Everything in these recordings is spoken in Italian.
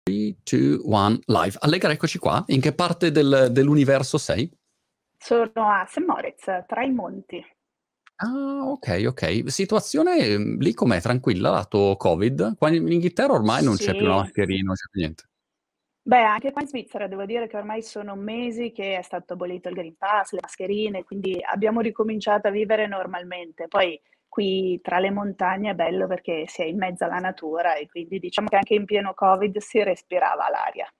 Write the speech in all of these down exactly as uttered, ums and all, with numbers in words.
tre, due, uno, live. Allegra, eccoci qua. In che parte del, dell'universo sei? Sono a Saint Moritz, tra i monti. Ah, ok, ok. Situazione eh, lì com'è? Tranquilla, lato Covid? Qua in Inghilterra ormai non c'è più una Sì. mascherina, non c'è più niente. Beh, anche qua in Svizzera devo dire che ormai sono mesi che è stato abolito il Green Pass, le mascherine, quindi abbiamo ricominciato a vivere normalmente. Poi qui tra le montagne è bello perché si è in mezzo alla natura e quindi diciamo che anche in pieno Covid si respirava l'aria.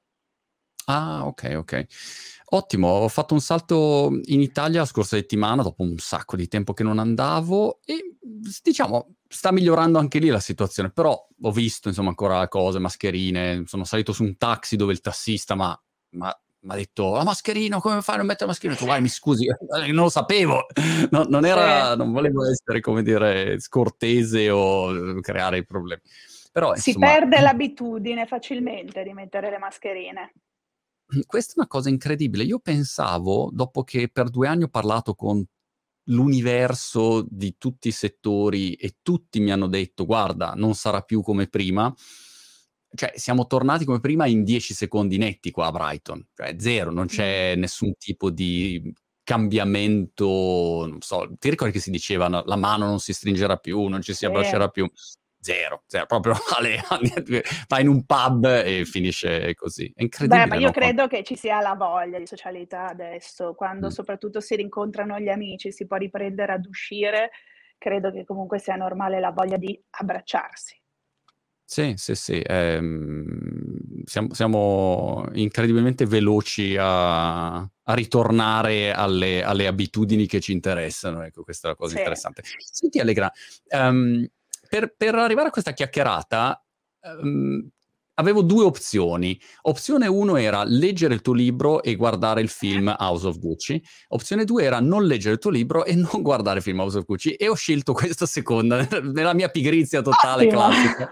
Ah, ok, ok. Ottimo, ho fatto un salto in Italia la scorsa settimana, dopo un sacco di tempo che non andavo e diciamo sta migliorando anche lì la situazione, però ho visto insomma ancora cose, mascherine, sono salito su un taxi dove il tassista ma ma m'ha detto: "La mascherina, come fai a non mettere la mascherina?" Ho detto: "Guardi, mi scusi, eh, non lo sapevo." No, non Sì. era, non volevo essere, come dire, scortese o eh, creare problemi. Però Si insomma perde l'abitudine facilmente di mettere le mascherine. Mh, questa è una cosa incredibile. Io pensavo, dopo che per due anni ho parlato con l'universo di tutti i settori e tutti mi hanno detto: "Guarda, non sarà più come prima", cioè siamo tornati come prima in dieci secondi netti qua a Brighton, cioè zero, non Mh. c'è nessun tipo di cambiamento, non so, ti ricordi che si diceva: "No, la mano non si stringerà più, non ci si Sì. abbraccerà più." Zero, zero, proprio alle vai in un pub e finisce così. È Beh, ma incredibile, io no, quan credo che ci sia la voglia di socialità adesso, quando mh. soprattutto si rincontrano gli amici, si può riprendere ad uscire, credo che comunque sia normale la voglia di abbracciarsi. Sì, sì, sì, ehm, siamo siamo incredibilmente veloci a a ritornare alle alle abitudini che ci interessano, ecco, questa è la cosa Sì. interessante. Senti Allegra, ehm, per per arrivare a questa chiacchierata, ehm, avevo due opzioni. Opzione uno era leggere il tuo libro e guardare il film House of Gucci. Opzione due era non leggere il tuo libro e non guardare il film House of Gucci e ho scelto questa seconda, nella mia pigrizia totale Ottimo. classica.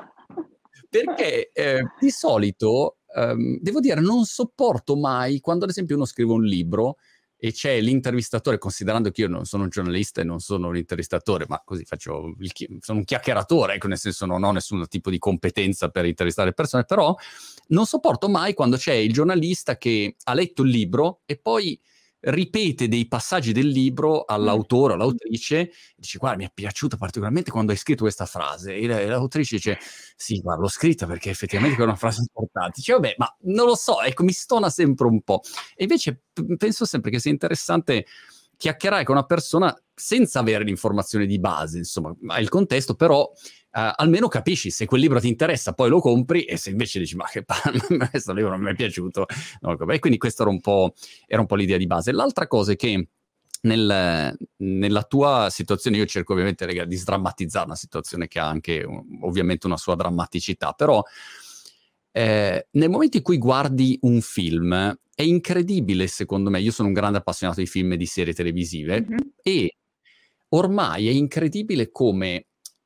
Perché, ehm, di solito, ehm, devo dire, non sopporto mai quando ad esempio uno scrive un libro e c'è l'intervistatore, considerando che io non sono un giornalista e non sono un intervistatore, ma così faccio il chi sono un chiacchieratore, ecco, nel senso non ho nessun tipo di competenza per intervistare persone, però non sopporto mai quando c'è il giornalista che ha letto il libro e poi ripete dei passaggi del libro Mh. all'autore o all'autrice, dice: "Guarda, mi è piaciuto particolarmente quando hai scritto questa frase." E la e l'autrice dice: "Sì, guarda, l'ho scritta perché effettivamente quella è una frase importante." Dice: "Vabbè, ma non lo so, ecco, mi stona sempre un po'." E invece p penso sempre che sia interessante chiacchierare con una persona senza avere l'informazione di base, insomma, hai il contesto, però, ehm, almeno capisci se quel libro ti interessa, poi lo compri e se invece dici: "Ma che pa questo libro non mi è piaciuto", non lo compri. E quindi questa era un po' era un po' l'idea di base. L'altra cosa è che nel nella tua situazione io cerco ovviamente raga, di sdrammatizzare una situazione che ha anche u ovviamente una sua drammaticità, però, ehm, nel momento in cui guardi un film è incredibile secondo me, io sono un grande appassionato di film e di serie televisive Mh-mh. e ormai è incredibile come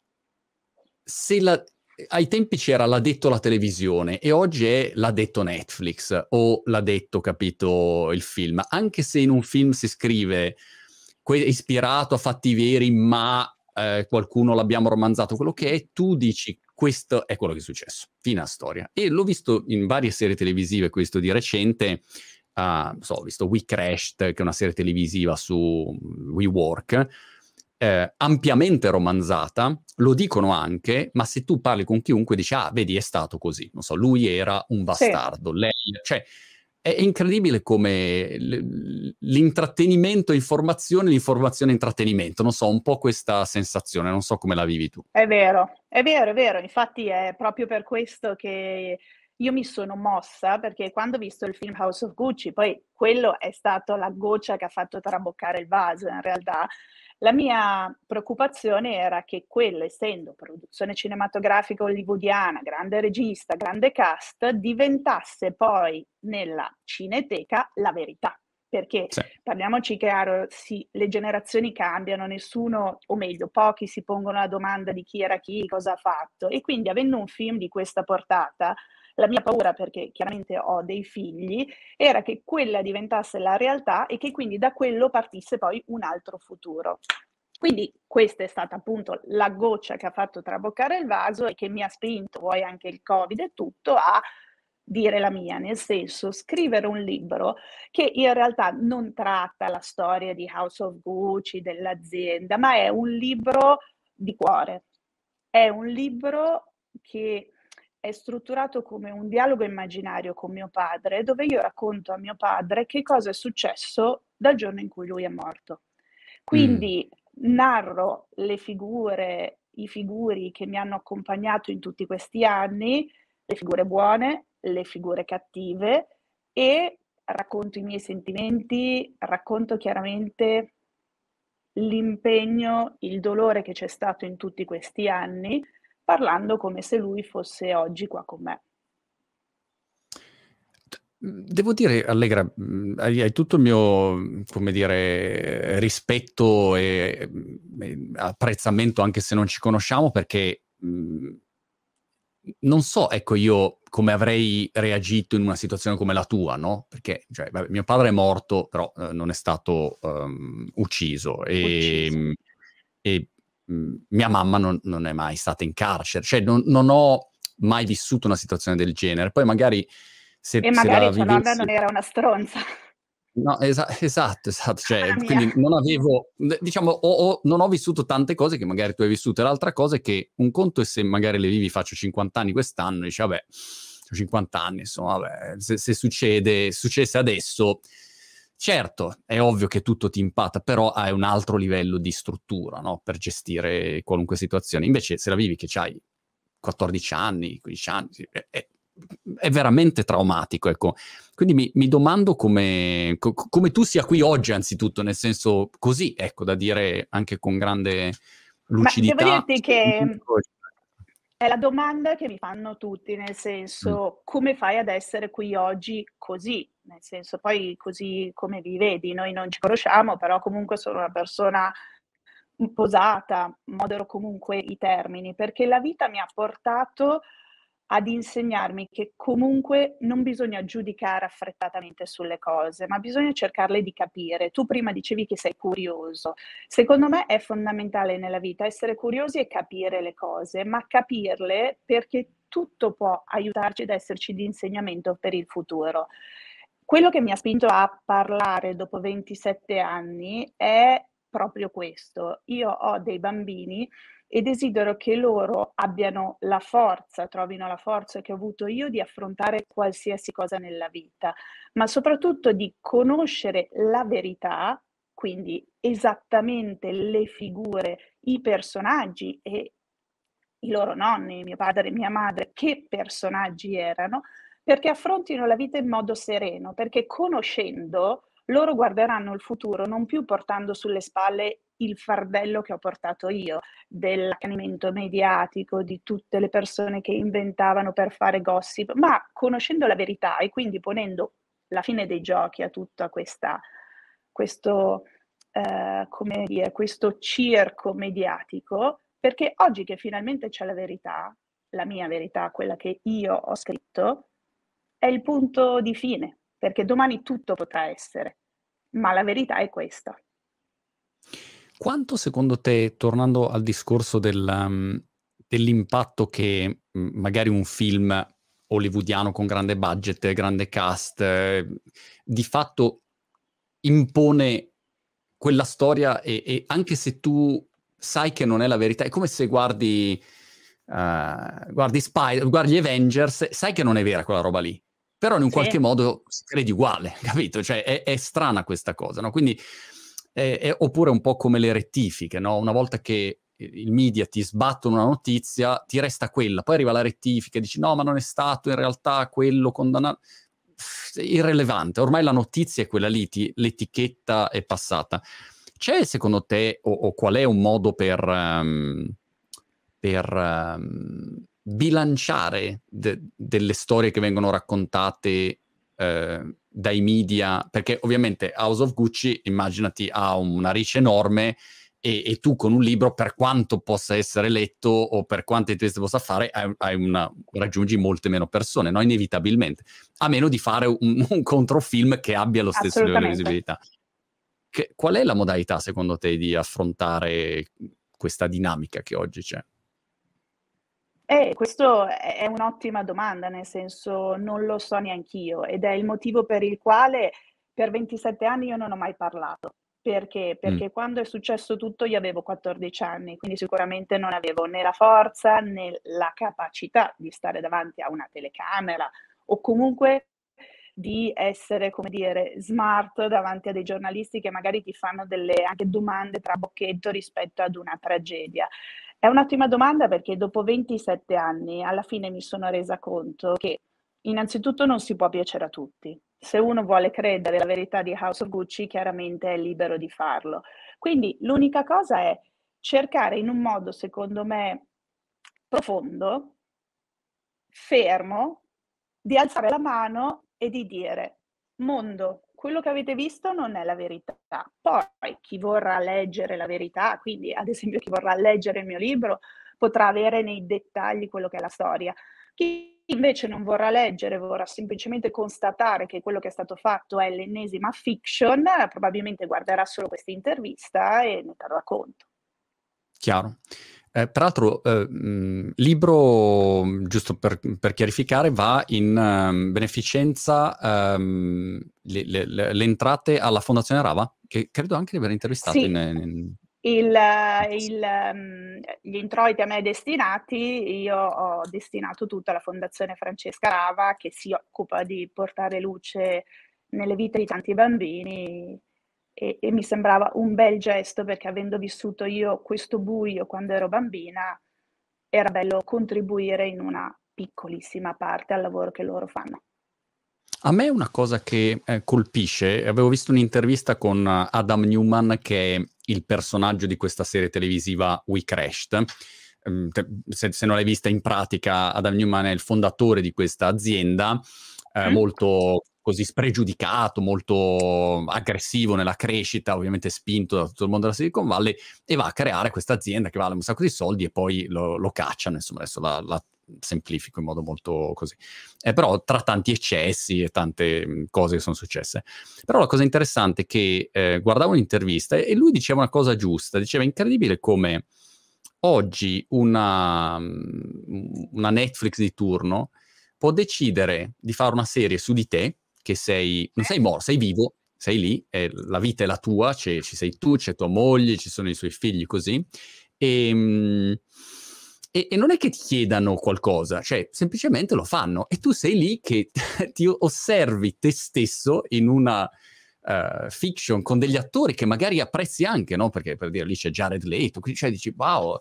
se la ai tempi c'era l'ha detto la televisione e oggi è l'ha detto Netflix o l'ha detto, capito, il film. Anche se in un film si scrive que ispirato a fatti veri, ma, ehm, qualcuno l'abbiamo romanzato, quello che è, tu dici: "Questo è quello che è successo, fine a storia." E l'ho visto in varie serie televisive, questo di recente, uhm, non so, ho visto We Crashed, che è una serie televisiva su WeWork, ehm, ampiamente romanzata, lo dicono anche, ma se tu parli con chiunque dici: "Ah, vedi è stato così." Non so, lui era un Sì. bastardo, lei cioè è è incredibile come l l'intrattenimento informazione, l'informazione intrattenimento, non so, un po' questa sensazione, non so come la vivi tu. È vero, è vero, è vero. Infatti è proprio per questo che io mi sono mossa, perché quando ho visto il film House of Gucci, poi quello è stato la goccia che ha fatto traboccare il vaso in realtà. La mia preoccupazione era che quello, essendo produzione cinematografica hollywoodiana, grande regista, grande cast, diventasse poi nella cineteca la verità. Perché Sì. parliamoci chiaro, sì, le generazioni cambiano, nessuno, o meglio, pochi si pongono la domanda di chi era chi, cosa ha fatto. E quindi avendo un film di questa portata, la mia paura, perché chiaramente ho dei figli, era che quella diventasse la realtà e che quindi da quello partisse poi un altro futuro. Quindi questa è stata appunto la goccia che ha fatto traboccare il vaso e che mi ha spinto, vuoi anche il Covid e tutto, a dire la mia, nel senso, scrivere un libro che in realtà non tratta la storia di House of Gucci, dell'azienda, ma è un libro di cuore. È un libro che è strutturato come un dialogo immaginario con mio padre, dove io racconto a mio padre che cosa è successo dal giorno in cui lui è morto. Mh. Quindi narro le figure, i figuri che mi hanno accompagnato in tutti questi anni, le figure buone, le figure cattive, e racconto i miei sentimenti, racconto chiaramente l'impegno, il dolore che c'è stato in tutti questi anni, parlando come se lui fosse oggi qua con me. Mhmm, devo dire Allegra, mhmm, hai hai tutto il mio, mhmm, come dire, rispetto e, mhmm, e apprezzamento anche se non ci conosciamo perché, mhmm, non so, ecco, io come avrei reagito in una situazione come la tua, no, perché, cioè, vabbè, mio padre è morto, però, uhm, non è stato, uhm, ucciso, Ucciso. ehm, e, mhmm, mia mamma non non è mai stata in carcere, cioè non non ho mai vissuto una situazione del genere. Poi magari se E se la magari tua nonna vivessi non era una stronza. no, esa esatto, esatto, cioè Cara mia. quindi non avevo d diciamo ho ho non ho vissuto tante cose che magari tu hai vissuto, e l'altra cosa è che un conto è se magari le vivi, faccio cinquanta anni quest'anno, dici: "Vabbè, c'ho cinquanta anni, insomma, vabbè, se se succede successe adesso", certo, è ovvio che tutto ti impatta, però hai un altro livello di struttura, no, per gestire qualunque situazione. Invece se la vivi che c'hai quattordici anni, quindici anni, sì, è è è veramente traumatico, ecco. Quindi mi mi domando come co co come tu sia qui oggi anzitutto, nel senso così, ecco, da dire anche con grande Ma devo lucidità. dirti che è la domanda che mi fanno tutti, nel Mh. senso: "Come fai ad essere qui oggi così?" Nel senso, poi così come vi vedi, noi non ci conosciamo, però comunque sono una persona, mhmm, posata, modero comunque i termini, perché la vita mi ha portato ad insegnarmi che comunque non bisogna giudicare affrettatamente sulle cose, ma bisogna cercarle di capire. Tu prima dicevi che sei curioso. Secondo me è fondamentale nella vita essere curiosi e capire le cose, ma capirle perché tutto può aiutarci ad esserci di insegnamento per il futuro. Quello che mi ha spinto a parlare dopo ventisette anni è proprio questo. Io ho dei bambini e desidero che loro abbiano la forza, trovino la forza che ho avuto io di affrontare qualsiasi cosa nella vita, ma soprattutto di conoscere la verità, quindi esattamente le figure, i personaggi e i loro nonni, mio padre e mia madre, che personaggi erano, perché affrontino la vita in modo sereno, perché conoscendo loro guarderanno il futuro non più portando sulle spalle il fardello che ho portato io, dell'accanimento mediatico, di tutte le persone che inventavano per fare gossip, ma conoscendo la verità e quindi ponendo la fine dei giochi a tutta questa questo, ehm, come dire, questo circo mediatico, perché oggi che finalmente c'è la verità, la mia verità, quella che io ho scritto, è il punto di fine, perché domani tutto potrà essere, ma la verità è questa. Quanto secondo te, tornando al discorso del mhmm, dell'impatto che, mhmm, magari un film hollywoodiano con grande budget, grande cast, ehm, di fatto impone quella storia e e anche se tu sai che non è la verità, è come se guardi uhm, guardi Spy guardi gli Avengers, sai che non è vera quella roba lì, però in un qualche Sì. modo ci credi uguale, capito? Cioè è è strana questa cosa, no, quindi è è oppure un po' come le rettifiche, no, una volta che i il media ti sbattono una notizia, ti resta quella, poi arriva la rettifica e dici: "No, ma non è stato in realtà quello condanna" irrilevante, ormai la notizia è quella lì, ti l'etichetta è passata. C'è secondo te o o qual è un modo per mhmm, per, mhmm, bilanciare de delle storie che vengono raccontate, ehm, dai media? Perché ovviamente House of Gucci, immaginati, ha una reach enorme e e tu con un libro, per quanto possa essere letto o per quante intese possa fare, hai un hai una raggiungi molte meno persone, no, inevitabilmente. A meno di fare un un controfilm che abbia lo stesso livello di Assolutamente. visibilità. Che qual è la modalità secondo te di affrontare, mhmm, questa dinamica che oggi c'è? Eh, questo è è un'ottima domanda, nel senso non lo so neanch'io ed è il motivo per il quale per ventisette anni io non ho mai parlato. Perché? Mh. Perché quando è successo tutto io avevo quattordici anni, quindi sicuramente non avevo né la forza né la capacità di stare davanti a una telecamera o comunque di essere, come dire, smart davanti a dei giornalisti che magari ti fanno delle anche domande trabocchetto rispetto ad una tragedia. È un'ottima domanda perché dopo ventisette anni alla fine mi sono resa conto che innanzitutto non si può piacere a tutti. Se uno vuole credere alla verità di House of Gucci chiaramente è libero di farlo. Quindi l'unica cosa è cercare in un modo secondo me profondo, fermo, di alzare la mano e di dire: "Mondo, quello che avete visto non è la verità. Poi chi vorrà leggere la verità, quindi ad esempio chi vorrà leggere il mio libro, potrà avere nei dettagli quello che è la storia. Chi invece non vorrà leggere, vorrà semplicemente constatare che quello che è stato fatto è l'ennesima fiction, probabilmente guarderà solo questa intervista e ne terrà conto." Chiaro. Ehm, peraltro, uhm, mhmm, libro, mhmm, giusto per per chiarificare, va in, mhmm, beneficenza, uhm, le le le le entrate alla Fondazione Rava? Che credo anche di aver intervistato in Sì, in il in il passato. mhmm, gli introiti a me destinati, io ho destinato tutto alla Fondazione Francesca Rava, che si occupa di portare luce nelle vite di tanti bambini e e mi sembrava un bel gesto, perché avendo vissuto io questo buio quando ero bambina, era bello contribuire in una piccolissima parte al lavoro che loro fanno. A me una cosa che, ehm, colpisce, avevo visto un'intervista con Adam Newman, che è il personaggio di questa serie televisiva We Crashed. Ehm, te se se non l'hai vista, in pratica Adam Newman è il fondatore di questa azienda, ehm, Mh? molto così spregiudicato, molto aggressivo nella crescita, ovviamente spinto da tutto il mondo della Silicon Valley, e va a creare questa azienda che vale un sacco di soldi e poi lo lo cacciano, insomma adesso la la semplifico in modo molto così. Eh, però tra tanti eccessi e tante, mhmm, cose che son successe. Però la cosa interessante è che, ehm, guardavo un'intervista e lui diceva una cosa giusta, diceva: "È incredibile come oggi una mhmm, una Netflix di turno può decidere di fare una serie su di te, che sei non sei mor sei vivo, sei lì, e la vita è la tua, c'è ci sei tu, c'è tua moglie, ci sono i suoi figli, così, ehm, e e non è che ti chiedano qualcosa, cioè semplicemente lo fanno e tu sei lì che ti osservi te stesso in una, ehm, fiction con degli attori che magari apprezzi anche, no, perché per dire lì c'è Jared Leto, qui cioè dici: "Wow",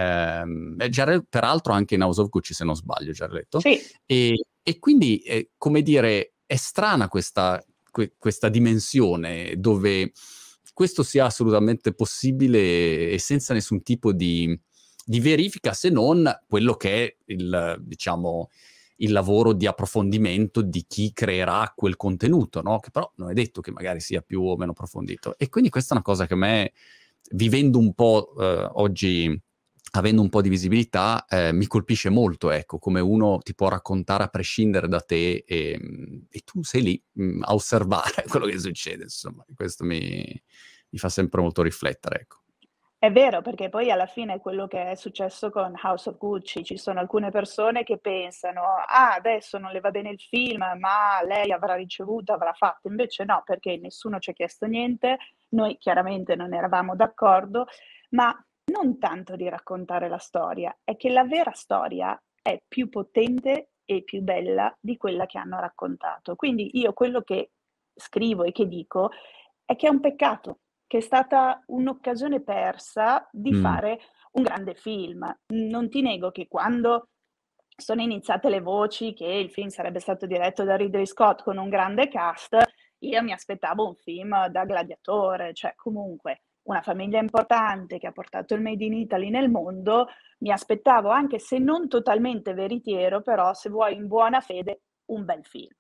ehm, e Jared peraltro anche in House of Gucci se non sbaglio Jared Leto. Sì. E e quindi, ehm, come dire, è strana questa que questa dimensione dove questo sia assolutamente possibile e senza nessun tipo di di verifica, se non quello che è il diciamo, il lavoro di approfondimento di chi creerà quel contenuto, no, che però non è detto che magari sia più o meno approfondito. E quindi questa è una cosa che a me, vivendo un po', uhm, oggi, avendo un po' di visibilità, ehm, mi colpisce molto, ecco, come uno ti può raccontare a prescindere da te, ehm, e tu sei lì, mhmm, a osservare quello che succede, insomma. Questo mi mi fa sempre molto riflettere, ecco. È vero, perché poi alla fine quello che è successo con House of Gucci, ci sono alcune persone che pensano: "Ah, adesso non le va bene il film, ma lei avrà ricevuto, avrà fatto." Invece no, perché nessuno ci ha chiesto niente, noi chiaramente non eravamo d'accordo, ma non tanto di raccontare la storia, è che la vera storia è più potente e più bella di quella che hanno raccontato. Quindi io quello che scrivo e che dico è che è un peccato, che è stata un'occasione persa di Mh. fare un grande film. Non ti nego che quando sono iniziate le voci che il film sarebbe stato diretto da Ridley Scott con un grande cast, io mi aspettavo un film da gladiatore, cioè comunque una famiglia importante che ha portato il made in Italy nel mondo, mi aspettavo, anche se non totalmente veritiero, però se vuoi in buona fede, un bel film.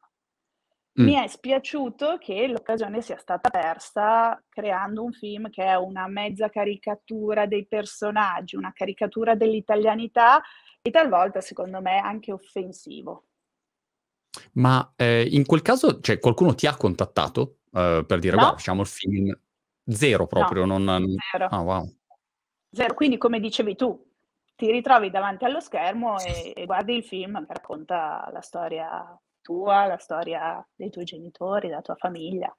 Mh. Mi è spiaciuto che l'occasione sia stata persa creando un film che è una mezza caricatura dei personaggi, una caricatura dell'italianità e talvolta, secondo me, anche offensivo. Ma, ehm, in quel caso, cioè qualcuno ti ha contattato, uhm, per dire: "Guarda, No, facciamo il film." Zero no, proprio, non non zero. ah wow. Zero. Quindi come dicevi tu, ti ritrovi davanti allo schermo e e guardi il film che racconta la storia tua, la storia dei tuoi genitori, della tua famiglia.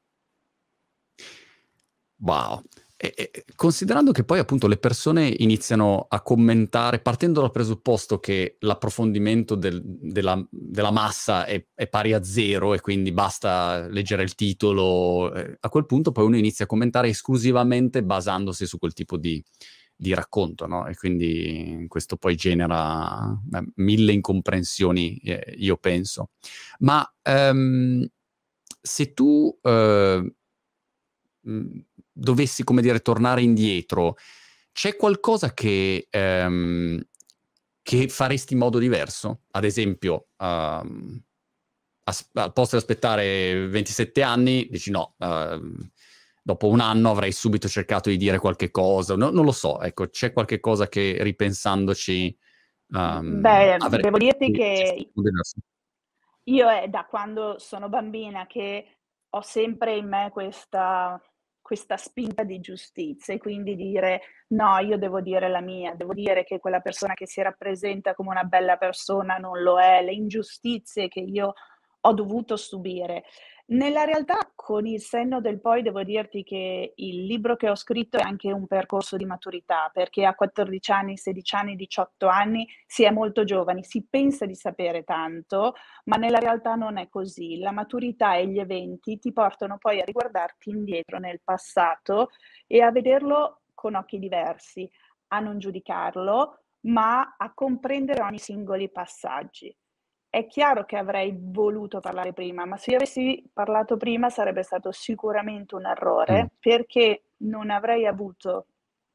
Wow. E e considerando che poi appunto le persone iniziano a commentare partendo dal presupposto che l'approfondimento del della della massa è è pari a zero e quindi basta leggere il titolo, ehm, a quel punto poi uno inizia a commentare esclusivamente basandosi su quel tipo di di racconto, no, e quindi questo poi genera, beh, mille incomprensioni, ehm, io penso. Ma, ehm, se tu, uhm mhmm, dovessi, come dire, tornare indietro, c'è qualcosa che ehm, che faresti in modo diverso? Ad esempio, uhm, as al posto di aspettare ventisette anni dici: "No, uhm, dopo un anno avrei subito cercato di dire qualche cosa", no non lo so, ecco, c'è qualche cosa che ripensandoci, Mhmm, uhm, beh, devo dirti avresti gestito che in modo diverso? io è da quando sono bambina che ho sempre in me questa questa spinta di giustizia e quindi dire: "No, io devo dire la mia, devo dire che quella persona che si rappresenta come una bella persona non lo è, le ingiustizie che io ho dovuto subire". Nella realtà, con il senno del poi, devo dirti che il libro che ho scritto è anche un percorso di maturità, perché a quattordici anni, sedici anni, diciotto anni si è molto giovani, si pensa di sapere tanto, ma nella realtà non è così. La maturità e gli eventi ti portano poi a riguardarti indietro nel passato e a vederlo con occhi diversi, a non giudicarlo, ma a comprendere ogni singoli passaggi. È chiaro che avrei voluto parlare prima, ma se io avessi parlato prima sarebbe stato sicuramente un Mh. errore, perché non avrei avuto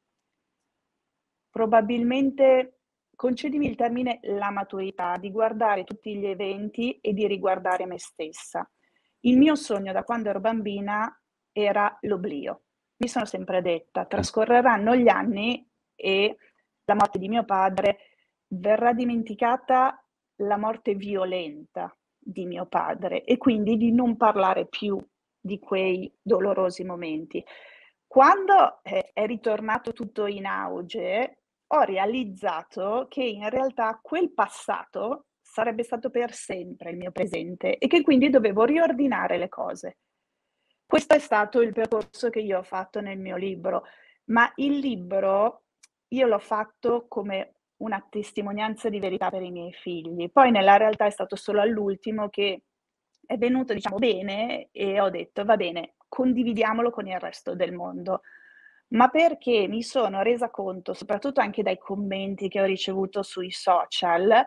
probabilmente, concedimi il termine, la maturità di guardare tutti gli eventi e di riguardare me stessa. Il mio sogno da quando ero bambina era l'oblio. Mi sono sempre detta: Mh. "Trascorreranno gli anni e la morte di mio padre verrà dimenticata la morte violenta di mio padre e quindi di non parlare più di quei dolorosi momenti". Quando è è ritornato tutto in auge, ho realizzato che in realtà quel passato sarebbe stato per sempre il mio presente e che quindi dovevo riordinare le cose. Questo è stato il percorso che io ho fatto nel mio libro, ma il libro io l'ho fatto come una testimonianza di verità per i miei figli. Poi nella realtà è stato solo all'ultimo che è venuto, diciamo, bene e ho detto: "Va bene, condividiamolo con il resto del mondo". Ma perché mi sono resa conto, soprattutto anche dai commenti che ho ricevuto sui social,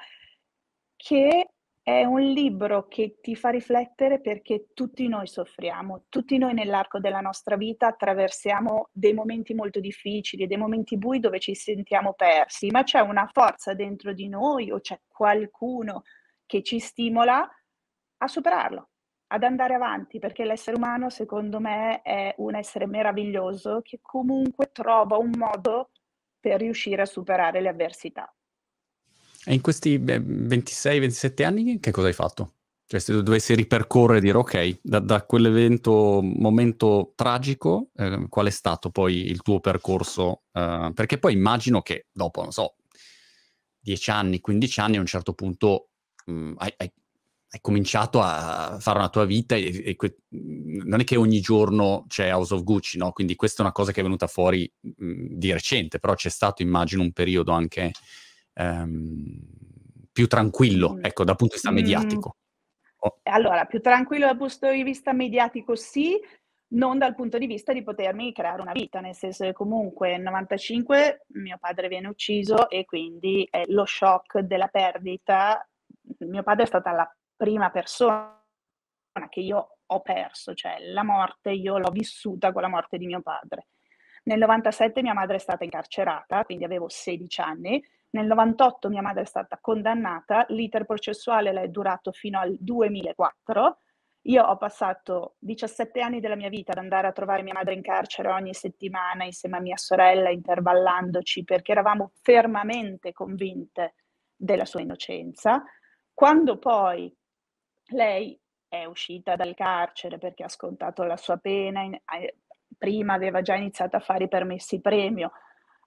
che è un libro che ti fa riflettere perché tutti noi soffriamo, tutti noi nell'arco della nostra vita attraversiamo dei momenti molto difficili, dei momenti bui dove ci sentiamo persi, ma c'è una forza dentro di noi o c'è qualcuno che ci stimola a superarlo, ad andare avanti, perché l'essere umano secondo me è un essere meraviglioso che comunque trova un modo per riuscire a superare le avversità. E in questi, beh, ventisei, ventisette anni che cosa hai fatto? Cioè se tu dovessi ripercorrere e dire: "Okay, da da quell'evento momento tragico, ehm, qual è stato poi il tuo percorso?" Uhm, perché poi immagino che dopo, non so, dieci anni, quindici anni a un certo punto, mhmm, hai hai hai cominciato a fare una tua vita e e que mhmm, non è che ogni giorno c'è House of Gucci, no, quindi questa è una cosa che è venuta fuori, mhmm, di recente, però c'è stato immagino un periodo anche ehm, più tranquillo, Mh. ecco, dal punto di vista Mhmm, mediatico. O allora, più tranquillo dal punto di vista mediatico sì, non dal punto di vista di potermi creare una vita, nel senso che comunque nel novantacinque mio padre viene ucciso e quindi, ehm, lo shock della perdita mio padre è stata la prima persona che io ho perso, cioè la morte io l'ho vissuta con la morte di mio padre. Nel novantasette mia madre è stata incarcerata, quindi avevo sedici anni. Nel novantotto mia madre è stata condannata, l'iter processuale le è durato fino al duemilaquattro. Io ho passato diciassette anni della mia vita ad andare a trovare mia madre in carcere ogni settimana insieme a mia sorella, intervallandoci, perché eravamo fermamente convinte della sua innocenza. Quando poi lei è uscita dal carcere perché ha scontato la sua pena, in a ehm, prima aveva già iniziato a fare i permessi premio,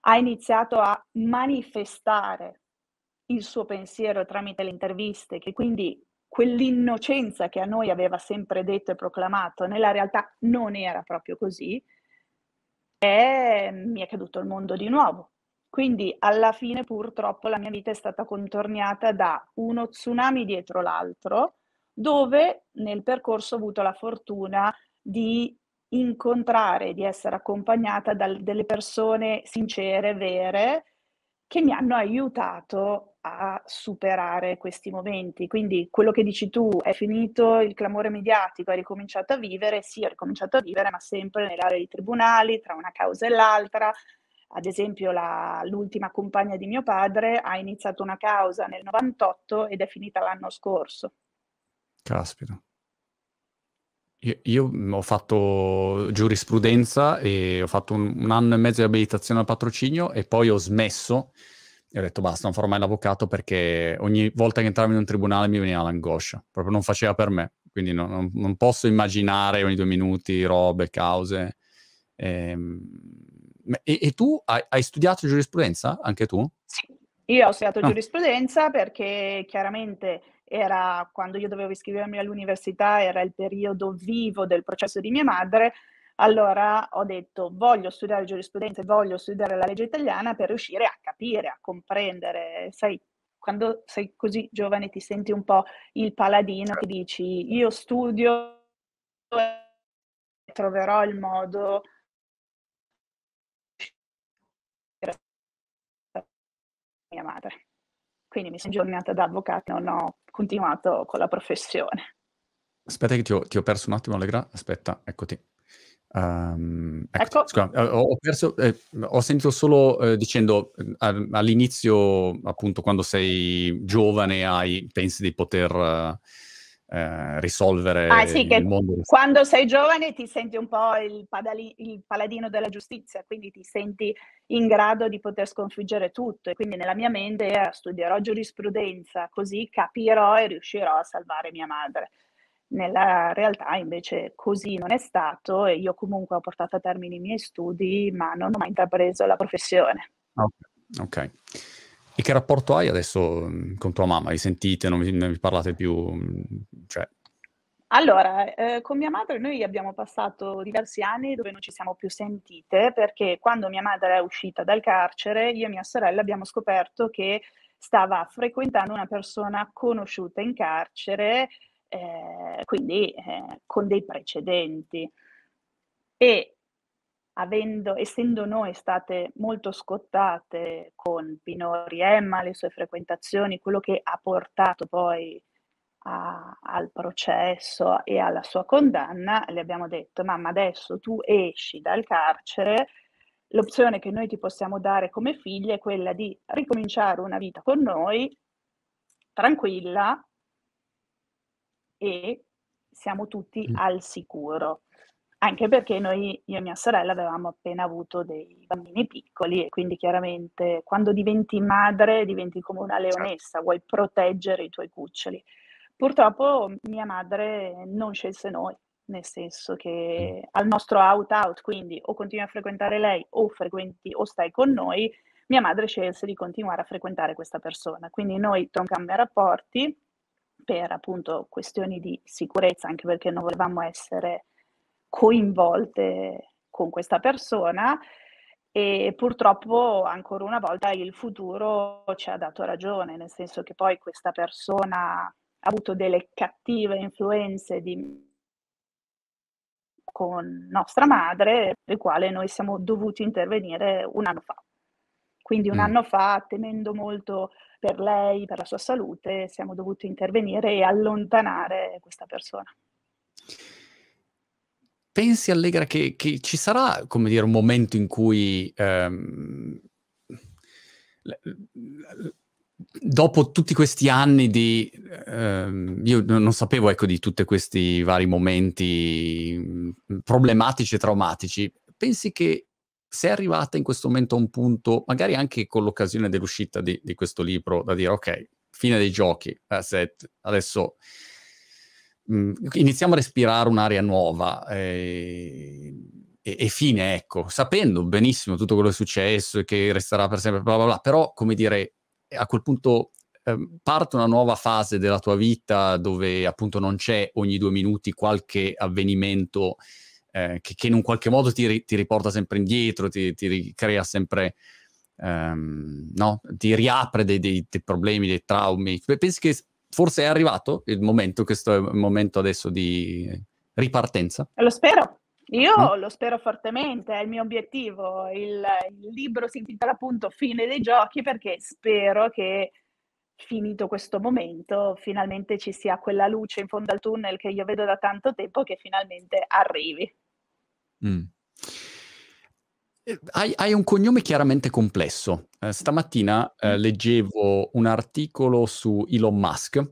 ha iniziato a manifestare il suo pensiero tramite le interviste, che quindi quell'innocenza che a noi aveva sempre detto e proclamato, nella realtà non era proprio così, e mi è caduto il mondo di nuovo. Quindi alla fine purtroppo la mia vita è stata contorniata da uno tsunami dietro l'altro, dove nel percorso ho avuto la fortuna di incontrare, di essere accompagnata da delle persone sincere, vere, che mi hanno aiutato a superare questi momenti. Quindi quello che dici tu, è finito il clamore mediatico, hai ricominciato a vivere, sì, ho ricominciato a vivere, ma sempre nell'area dei tribunali, tra una causa e l'altra. Ad esempio la l'ultima compagna di mio padre ha iniziato una causa nel novantotto ed è finita l'anno scorso. Caspita. Io io, mhmm, ho fatto giurisprudenza e ho fatto un un anno e mezzo di abilitazione al patrocinio e poi ho smesso e ho detto: "Basta, non farò mai l'avvocato", perché ogni volta che entravo in un tribunale mi veniva l'angoscia. Proprio non faceva per me. Quindi no non non posso immaginare ogni due minuti robe, cause. Ehm, me e e tu hai hai studiato giurisprudenza anche tu? Sì, io ho studiato Ah, giurisprudenza perché chiaramente era quando io dovevo iscrivermi all'università, era il periodo vivo del processo di mia madre, allora ho detto: "Voglio studiare giurisprudenza e voglio studiare la legge italiana per riuscire a capire, a comprendere". Sai, quando sei così giovane ti senti un po' il paladino che dici: "Io studio e troverò il modo" mia madre. Quindi mi son aggiornata da avvocato, non ho continuato con la professione. aspetta che ti ho ti ho perso un attimo Allegra, aspetta, eccoti. Uhm, eccoti. Ecco, Scusa, ho ho perso ehm, ho sentito solo, ehm, dicendo, uhm, al all'inizio, appunto, quando sei giovane hai pensi di poter, ehm, ah risolvere sì, il che mondo. quando sei giovane ti senti un po' il padali il paladino della giustizia, quindi ti senti in grado di poter sconfiggere tutto e quindi nella mia mente era: studierò giurisprudenza, così capirò e riuscirò a salvare mia madre. Nella realtà invece così non è stato e io comunque ho portato a termine i miei studi, ma non ho mai intrapreso la professione. Ah, okay, okay. E che rapporto hai adesso, mhmm, con tua mamma? Vi sentite? Non vi non vi parlate più? Mhmm, cioè Allora, ehm, con mia madre noi abbiamo passato diversi anni dove non ci siamo più sentite, perché quando mia madre è uscita dal carcere, io e mia sorella abbiamo scoperto che stava frequentando una persona conosciuta in carcere, ehm, quindi, ehm, con dei precedenti. E avendo essendo noi state molto scottate con Pinori Emma, le sue frequentazioni, quello che ha portato poi a al processo e alla sua condanna, le abbiamo detto: "Mamma adesso tu esci dal carcere, l'opzione che noi ti possiamo dare come figlia è quella di ricominciare una vita con noi, tranquilla, e siamo tutti mh, al sicuro". Anche perché noi io e mia sorella avevamo appena avuto dei bambini piccoli e quindi chiaramente quando diventi madre diventi come una certo. leonessa, vuoi proteggere i tuoi cuccioli. Purtroppo mia madre non scelse noi, nel senso Mh. che al nostro out out, quindi o continui a frequentare lei o frequenti o stai con noi, mia madre scelse di continuare a frequentare questa persona. Quindi noi troncammo i rapporti per appunto questioni di sicurezza, anche perché non volevamo essere coinvolte con questa persona e purtroppo ancora una volta il futuro ci ha dato ragione, nel senso che poi questa persona ha avuto delle cattive influenze di con nostra madre, per il quale noi siamo dovuti intervenire un anno fa. Quindi un Mh. anno fa, temendo molto per lei, per la sua salute, siamo dovuti intervenire e allontanare questa persona. Pensi Allegra che che ci sarà, come dire, un momento in cui, ehm, l l dopo tutti questi anni di ehm, io no non sapevo, ecco, di tutte questi vari momenti, mhmm, problematici e traumatici. Pensi che sei arrivata in questo momento a un punto, magari anche con l'occasione dell'uscita di di questo libro, da dire: "Okay, fine dei giochi, that's it, adesso" Mhmm, iniziamo a respirare un'aria nuova, ehm, e, e fine, ecco, sapendo benissimo tutto quello che è successo e che resterà per sempre, bla bla bla, però, come dire, a quel punto ehm, parte una nuova fase della tua vita dove appunto non c'è ogni due minuti qualche avvenimento eh, che, che in un qualche modo ti, ri- ti riporta sempre indietro, ti, ti ricrea sempre, ehm, no? Ti riapre dei, dei- dei problemi, dei traumi. Pensi che forse è arrivato il momento, questo è il momento adesso di ripartenza? Lo spero. Mm? Io lo spero fortemente, è il mio obiettivo. Il, il libro si intitola appunto Fine dei giochi perché spero che, finito questo momento, finalmente ci sia quella luce in fondo al tunnel che io vedo da tanto tempo che finalmente arrivi. Mm. Eh, Hai, hai un cognome chiaramente complesso. Eh, stamattina eh, Mm. leggevo un articolo su Elon Musk,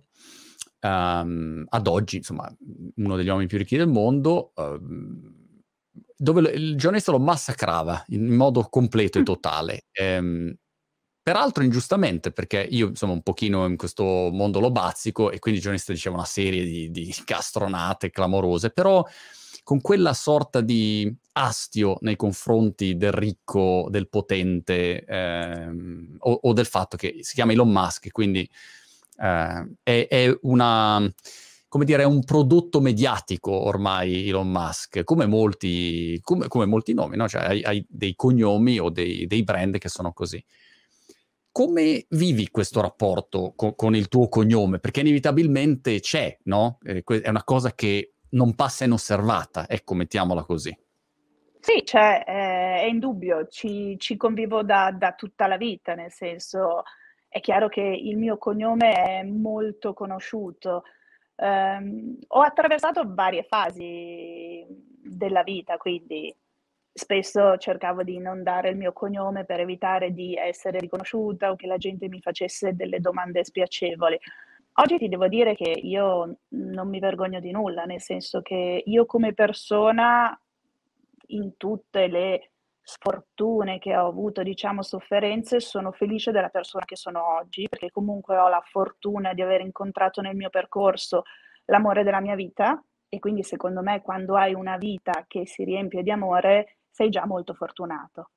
ehm, ad oggi, insomma, uno degli uomini più ricchi del mondo, ehm, dove lo- il giornalista lo massacrava in modo completo e Mm. totale. Ehm, peraltro ingiustamente, perché io, insomma, un pochino in questo mondo lo bazzico e quindi il giornalista diceva una serie di, di castronate clamorose, però con quella sorta di astio nei confronti del ricco, del potente, ehm, o, o del fatto che si chiama Elon Musk, e quindi eh, è, è una, come dire, è un prodotto mediatico ormai Elon Musk, come molti, come, come molti nomi, no? Cioè hai, hai dei cognomi o dei, dei brand che sono così. Come vivi questo rapporto co- con il tuo cognome? Perché inevitabilmente c'è, no? Eh, que- è una cosa che non passa inosservata, ecco, mettiamola così. Sì, cioè, eh, è indubbio, ci, ci convivo da, da tutta la vita, nel senso, è chiaro che il mio cognome è molto conosciuto. Ehm, ho attraversato varie fasi della vita, quindi spesso cercavo di non dare il mio cognome per evitare di essere riconosciuta o che la gente mi facesse delle domande spiacevoli. Oggi ti devo dire che io non mi vergogno di nulla, nel senso che io come persona, in tutte le sfortune che ho avuto, diciamo sofferenze, sono felice della persona che sono oggi, perché comunque ho la fortuna di aver incontrato nel mio percorso l'amore della mia vita e quindi secondo me quando hai una vita che si riempie di amore sei già molto fortunato.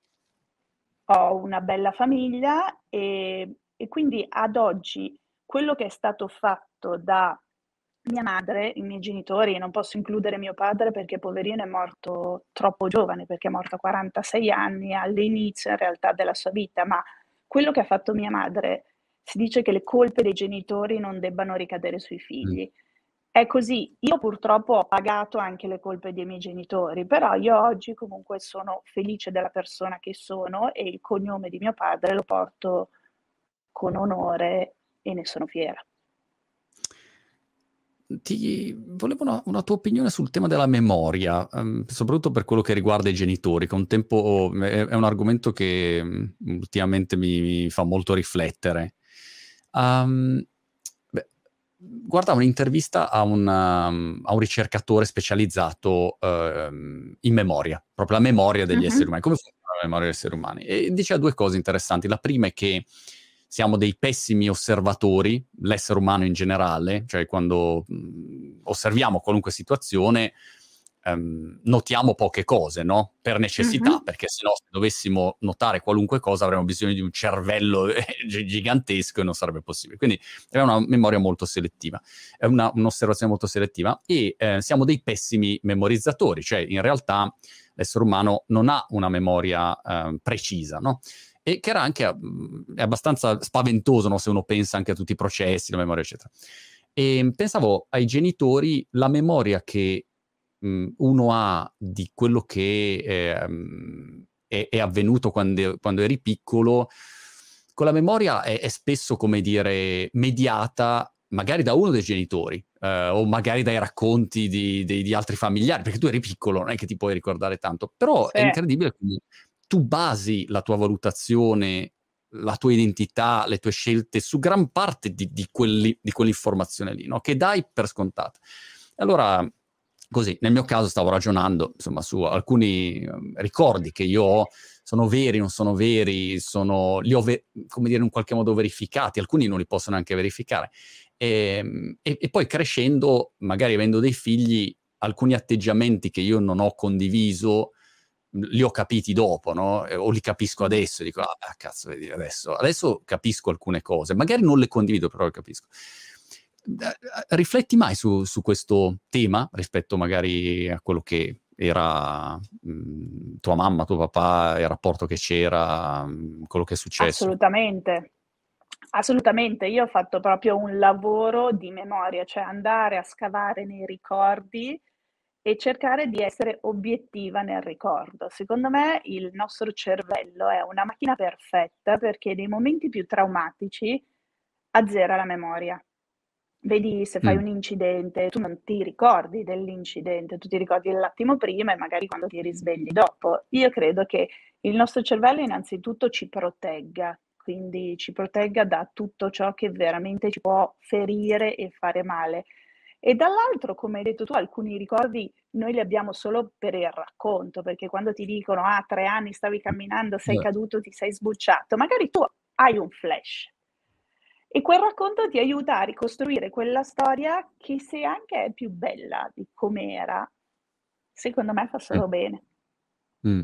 Ho una bella famiglia e, e quindi ad oggi quello che è stato fatto da mia madre, i miei genitori, non posso includere mio padre perché poverino è morto troppo giovane, perché è morto a quarantasei anni, all'inizio in realtà della sua vita, ma quello che ha fatto mia madre, si dice che le colpe dei genitori non debbano ricadere sui Mm. figli. È così, io purtroppo ho pagato anche le colpe dei miei genitori, però io oggi comunque sono felice della persona che sono e il cognome di mio padre lo porto con onore e ne sono fiera. Ti volevo una, una tua opinione sul tema della memoria, ehm, soprattutto per quello che riguarda i genitori, che un tempo è, è un argomento che mm, ultimamente mi, mi fa molto riflettere. Um, beh, guardavo un'intervista a un, um, a un ricercatore specializzato ehm, in memoria, proprio la memoria degli esseri Mhm. umani, come funziona la memoria degli esseri umani. E diceva due cose interessanti. La prima è che siamo dei pessimi osservatori, l'essere umano in generale, cioè quando mh, osserviamo qualunque situazione, ehm, notiamo poche cose, no? Per necessità, Mhm. perché se no, se dovessimo notare qualunque cosa avremmo bisogno di un cervello gigantesco e non sarebbe possibile. Quindi è una memoria molto selettiva, è una, un'osservazione molto selettiva e eh, siamo dei pessimi memorizzatori, cioè in realtà l'essere umano non ha una memoria eh, precisa, no? E che era anche mh, è abbastanza spaventoso, no? Se uno pensa anche a tutti i processi, la memoria, eccetera. E pensavo ai genitori, la memoria che mh, uno ha di quello che ehm, è, è avvenuto quando, quando eri piccolo, con la memoria è, è spesso, come dire, mediata magari da uno dei genitori, eh, o magari dai racconti di, di, di altri familiari, perché tu eri piccolo, non è che ti puoi ricordare tanto, però è Sì. incredibile come tu basi la tua valutazione, la tua identità, le tue scelte su gran parte di, di, quelli, di quell'informazione lì, no? Che dai per scontata. Allora, così, nel mio caso stavo ragionando, insomma, su alcuni um, ricordi che io ho, sono veri, non sono veri, sono, li ho, ve- come dire, in qualche modo verificati, alcuni non li posso neanche verificare. E, e, e poi crescendo, magari avendo dei figli, alcuni atteggiamenti che io non ho condiviso li ho capiti dopo, no? O li capisco adesso, dico, ah, cazzo, vedi, adesso, adesso capisco alcune cose, magari non le condivido, però le capisco. Rifletti mai su, su questo tema rispetto magari a quello che era mh, tua mamma, tuo papà, il rapporto che c'era, mh, quello che è successo? Assolutamente. Assolutamente. Io ho fatto proprio un lavoro di memoria, cioè andare a scavare nei ricordi e cercare di essere obiettiva nel ricordo. Secondo me il nostro cervello è una macchina perfetta perché nei momenti più traumatici azzera la memoria. Vedi, se fai Mm. un incidente, tu non ti ricordi dell'incidente, tu ti ricordi dell'attimo prima e magari quando ti risvegli dopo. Io credo che il nostro cervello innanzitutto ci protegga, quindi ci protegga da tutto ciò che veramente ci può ferire e fare male. E dall'altro, come hai detto tu, alcuni ricordi noi li abbiamo solo per il racconto, perché quando ti dicono, ah, tre anni stavi camminando, sei Eh, caduto, ti sei sbucciato, magari tu hai un flash. E quel racconto ti aiuta a ricostruire quella storia che se anche è più bella di com'era, secondo me fa mm, solo bene. mm.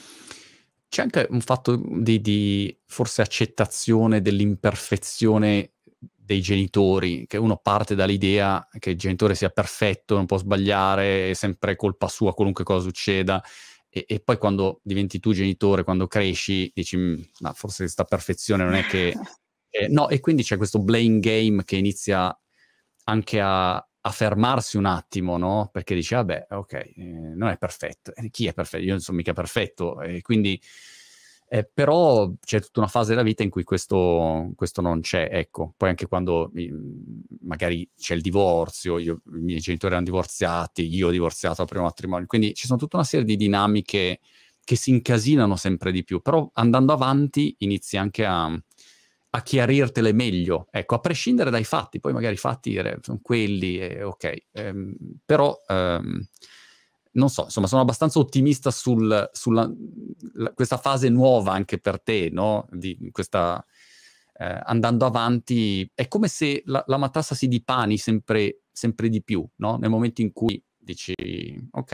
C'è anche un fatto di, di forse accettazione dell'imperfezione dei genitori, che uno parte dall'idea che il genitore sia perfetto, non può sbagliare, è sempre colpa sua qualunque cosa succeda, e, e poi quando diventi tu genitore, quando cresci, dici, "Mm, ma forse questa perfezione non è che..." eh, no, e quindi c'è questo blame game che inizia anche a, a fermarsi un attimo, no? Perché dici, vabbè, ok, eh, non è perfetto. E chi è perfetto? Io non sono mica perfetto. E quindi, eh, però c'è tutta una fase della vita in cui questo, questo non c'è, ecco. Poi anche quando mh, magari c'è il divorzio, io, i miei genitori erano divorziati, io ho divorziato al primo matrimonio, quindi ci sono tutta una serie di dinamiche che si incasinano sempre di più, però andando avanti inizi anche a, a chiarirtele meglio, ecco, a prescindere dai fatti, poi magari i fatti eh, sono quelli, eh, ok, ehm, però ehm, non so, insomma, sono abbastanza ottimista sul, sulla la, questa fase nuova anche per te, no? Di questa, eh, andando avanti, è come se la, la matassa si dipani sempre, sempre di più, no? Nel momento in cui dici, ok,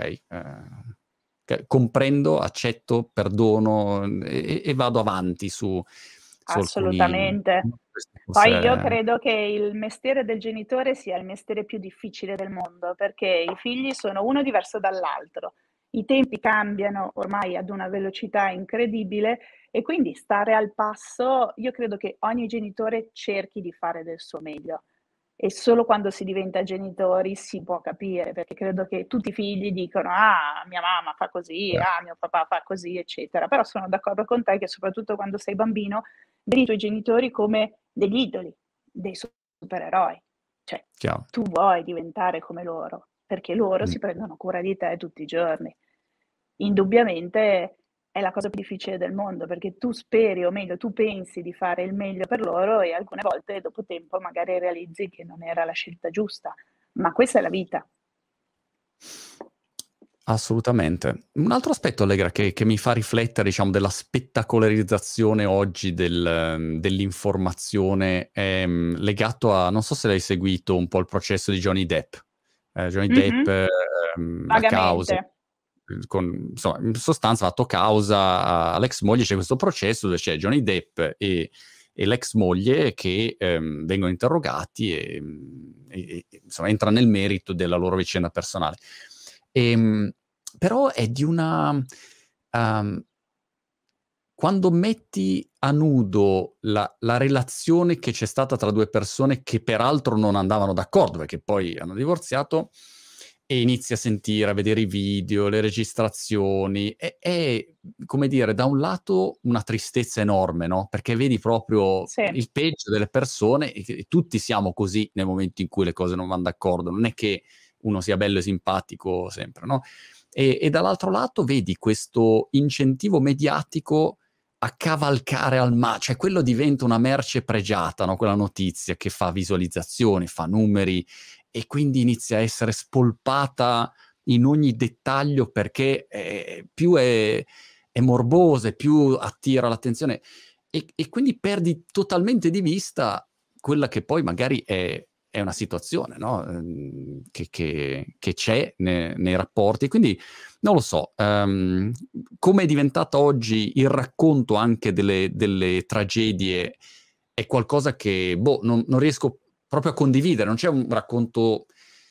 eh, comprendo, accetto, perdono e, e vado avanti su, su alcuni... Assolutamente. Forse... Poi io credo che il mestiere del genitore sia il mestiere più difficile del mondo, perché i figli sono uno diverso dall'altro. I tempi cambiano ormai ad una velocità incredibile e quindi stare al passo, io credo che ogni genitore cerchi di fare del suo meglio. E solo quando si diventa genitori si può capire, perché credo che tutti i figli dicono: "Ah, mia mamma fa così, eh, ah, mio papà fa così", eccetera. Però sono d'accordo con te che soprattutto quando sei bambino vedi i tuoi genitori come degli idoli, dei supereroi. Cioè, chiaro. tu vuoi diventare come loro, perché loro Mm. si prendono cura di te tutti i giorni. Indubbiamente è la cosa più difficile del mondo, perché tu speri, o meglio tu pensi di fare il meglio per loro e alcune volte dopo tempo magari realizzi che non era la scelta giusta, ma questa è la vita. Assolutamente. Un altro aspetto, Allegra, che, che mi fa riflettere, diciamo, della spettacolarizzazione oggi del, dell'informazione è mh, legato a, non so se l'hai seguito un po' il processo di Johnny Depp. Eh, Johnny Depp, Mh-mh. ehm, la causa, Vagamente. con, insomma, in sostanza ha fatto causa all'ex moglie, c'è questo processo dove c'è Johnny Depp e, e l'ex moglie che ehm, vengono interrogati e, e, e insomma entra nel merito della loro vicenda personale. E, però è di una... Um, quando metti a nudo la, la relazione che c'è stata tra due persone che peraltro non andavano d'accordo, perché poi hanno divorziato, e inizi a sentire, a vedere i video, le registrazioni, è, è, come dire, da un lato una tristezza enorme, no? Perché vedi proprio Sì, il peggio delle persone, e, e tutti siamo così nel momento in cui le cose non vanno d'accordo, non è che uno sia bello e simpatico sempre, no? E, e dall'altro lato vedi questo incentivo mediatico a cavalcare al ma, cioè quello diventa una merce pregiata, no? Quella notizia che fa visualizzazioni, fa numeri e quindi inizia a essere spolpata in ogni dettaglio perché eh, più è, è morbosa e più attira l'attenzione e, e quindi perdi totalmente di vista quella che poi magari è è una situazione, no? Ehm, che, che- che c'è ne- nei rapporti. Quindi non lo so, ehm, come è diventato oggi il racconto anche delle, delle tragedie è qualcosa che, boh, non, non riesco proprio a condividere. Non c'è un racconto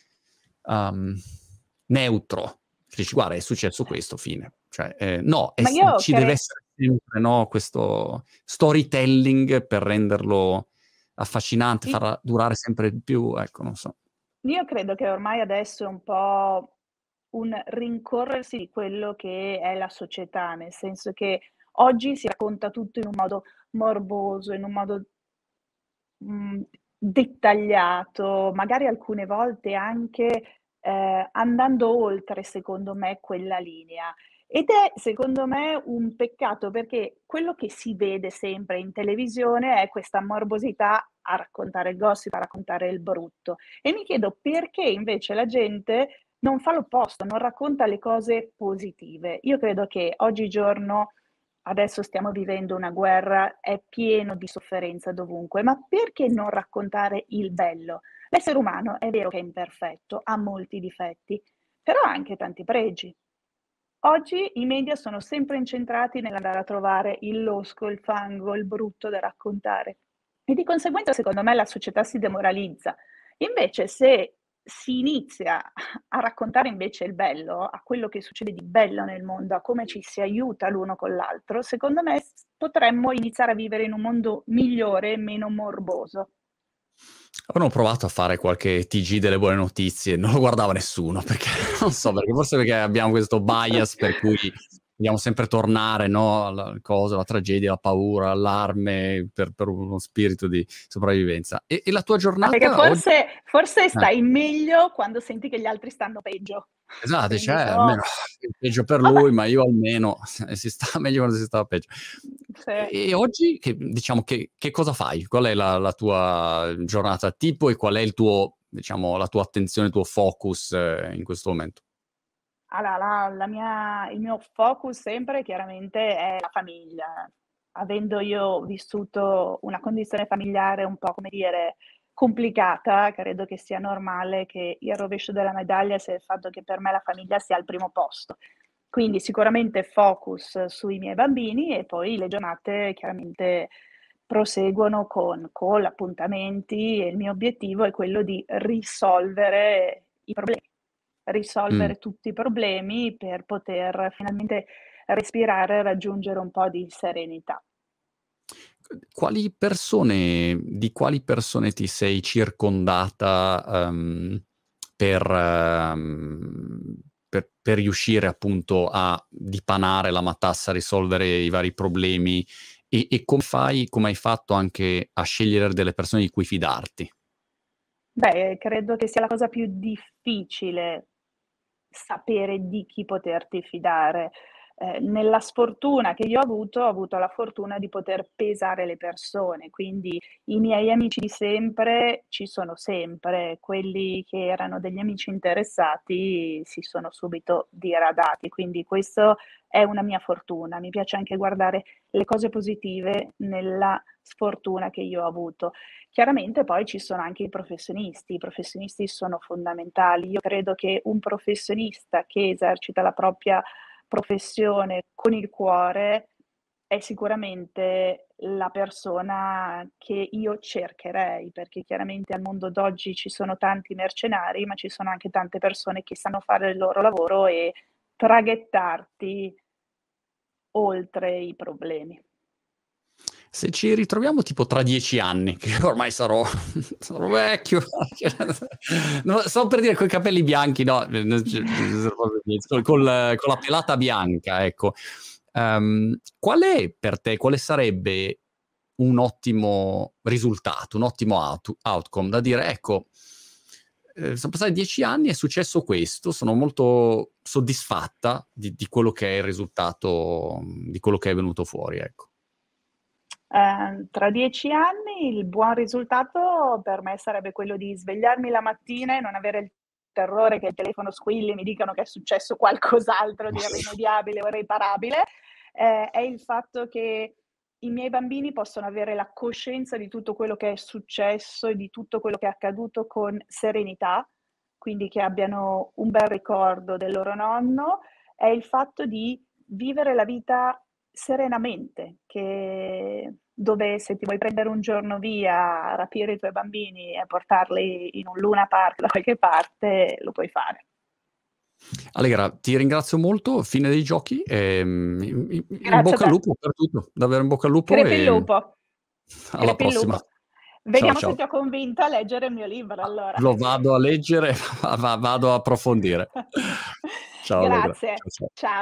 um, neutro. Dici, guarda, è successo questo, fine. Cioè, eh, no, è- Ma io ci deve cre- essere sempre, no, questo storytelling per renderlo affascinante, farla durare sempre di più, ecco, non so. Io credo che ormai adesso è un po' un rincorrersi di quello che è la società, nel senso che oggi si racconta tutto in un modo morboso, in un modo, mhmm, dettagliato, magari alcune volte anche, ehm, andando oltre, secondo me, quella linea. Ed è, secondo me, un peccato perché quello che si vede sempre in televisione è questa morbosità a raccontare il gossip, a raccontare il brutto. E mi chiedo perché invece la gente non fa l'opposto, non racconta le cose positive. Io credo che oggigiorno, adesso stiamo vivendo una guerra, è pieno di sofferenza dovunque, ma perché non raccontare il bello? L'essere umano è vero che è imperfetto, ha molti difetti, però ha anche tanti pregi. Oggi i media sono sempre incentrati nell'andare a trovare il losco, il fango, il brutto da raccontare e di conseguenza secondo me la società si demoralizza. Invece se si inizia a raccontare invece il bello, a quello che succede di bello nel mondo, a come ci si aiuta l'uno con l'altro, secondo me s potremmo iniziare a vivere in un mondo migliore e meno morboso. Avevo provato a fare qualche T G delle buone notizie, non lo guardava nessuno, perché non so, perché forse perché abbiamo questo bias per cui dobbiamo sempre tornare, no, alla cosa, alla tragedia, alla paura, all'allarme per, per uno spirito di sopravvivenza. E, e la tua Ma perché giornata oggi? forse forse Eh, stai meglio quando senti che gli altri stanno peggio. esatto, dice, Quindi eh, se no almeno peggio per vabbè, lui, ma io almeno si sta meglio quando si stava peggio. se E, e oggi, che, diciamo, che, che cosa fai? Qual è la, la tua giornata tipo e qual è il tuo, diciamo, la tua attenzione, il tuo focus eh, in questo momento? allora la la mia il mio focus sempre chiaramente è la famiglia. Avendo io vissuto una condizione familiare un po', come dire, complicata, credo che sia normale che il rovescio della medaglia sia il fatto che per me la famiglia sia al primo posto. Quindi sicuramente focus sui miei bambini e poi le giornate chiaramente proseguono con call, appuntamenti e il mio obiettivo è quello di risolvere i problemi. Mh. Risolvere tutti i problemi per poter finalmente respirare e raggiungere un po' di serenità. Quali persone di quali persone ti sei circondata, uhm, per mhmm, per per riuscire appunto a dipanare la matassa, risolvere i vari problemi e e come fai come hai fatto anche a scegliere delle persone di cui fidarti? Beh, credo che sia la cosa più difficile sapere di chi poterti fidare. Ehm, nella sfortuna che io ho avuto, ho avuto la fortuna di poter pesare le persone, quindi i miei amici di sempre ci sono sempre, quelli che erano degli amici interessati si sono subito diradati, quindi questo è una mia fortuna. Mi piace anche guardare le cose positive nella sfortuna che io ho avuto. Chiaramente poi ci sono anche i professionisti, i professionisti sono fondamentali. Io credo che un professionista che esercita la propria professione con il cuore è sicuramente la persona che io cercherei, perché chiaramente al mondo d'oggi ci sono tanti mercenari, ma ci sono anche tante persone che sanno fare il loro lavoro e traghettarti oltre i problemi. Se ci ritroviamo tipo tra dieci anni, che ormai sarò sarò vecchio, no, stavo per dire coi capelli bianchi, no, col col con la pelata bianca, ecco. Ehm, qual è per te quale sarebbe un ottimo risultato, un ottimo out outcome da dire: "Ecco, ehm, son passati dieci anni, è successo questo, sono molto soddisfatta di di quello che è il risultato, mhmm, di quello che è venuto fuori", ecco. Ehm, tra dieci anni il buon risultato per me sarebbe quello di svegliarmi la mattina e non avere il terrore che il telefono squilli e mi dicano che è successo qualcos'altro di irrimediabile o irreparabile, ehm, è il fatto che i miei bambini possono avere la coscienza di tutto quello che è successo e di tutto quello che è accaduto con serenità, quindi che abbiano un bel ricordo del loro nonno, è il fatto di vivere la vita serenamente, che dove se ti vuoi prendere un giorno via, rapire i tuoi bambini e portarli in un Luna Park da qualche parte, lo puoi fare. Allegra, ti ringrazio molto, fine dei giochi, ehm, in in in Grazie a bocca al te. lupo per tutto, davvero in bocca al lupo Crepi il e lupo. alla Crepi il prossima. lupo. Ciao, Vediamo se ciao. ti ho convinto a leggere il mio libro Ah, allora. lo vado a leggere, va va vado a approfondire. Ciao Allegra. Grazie. Cia cia Cia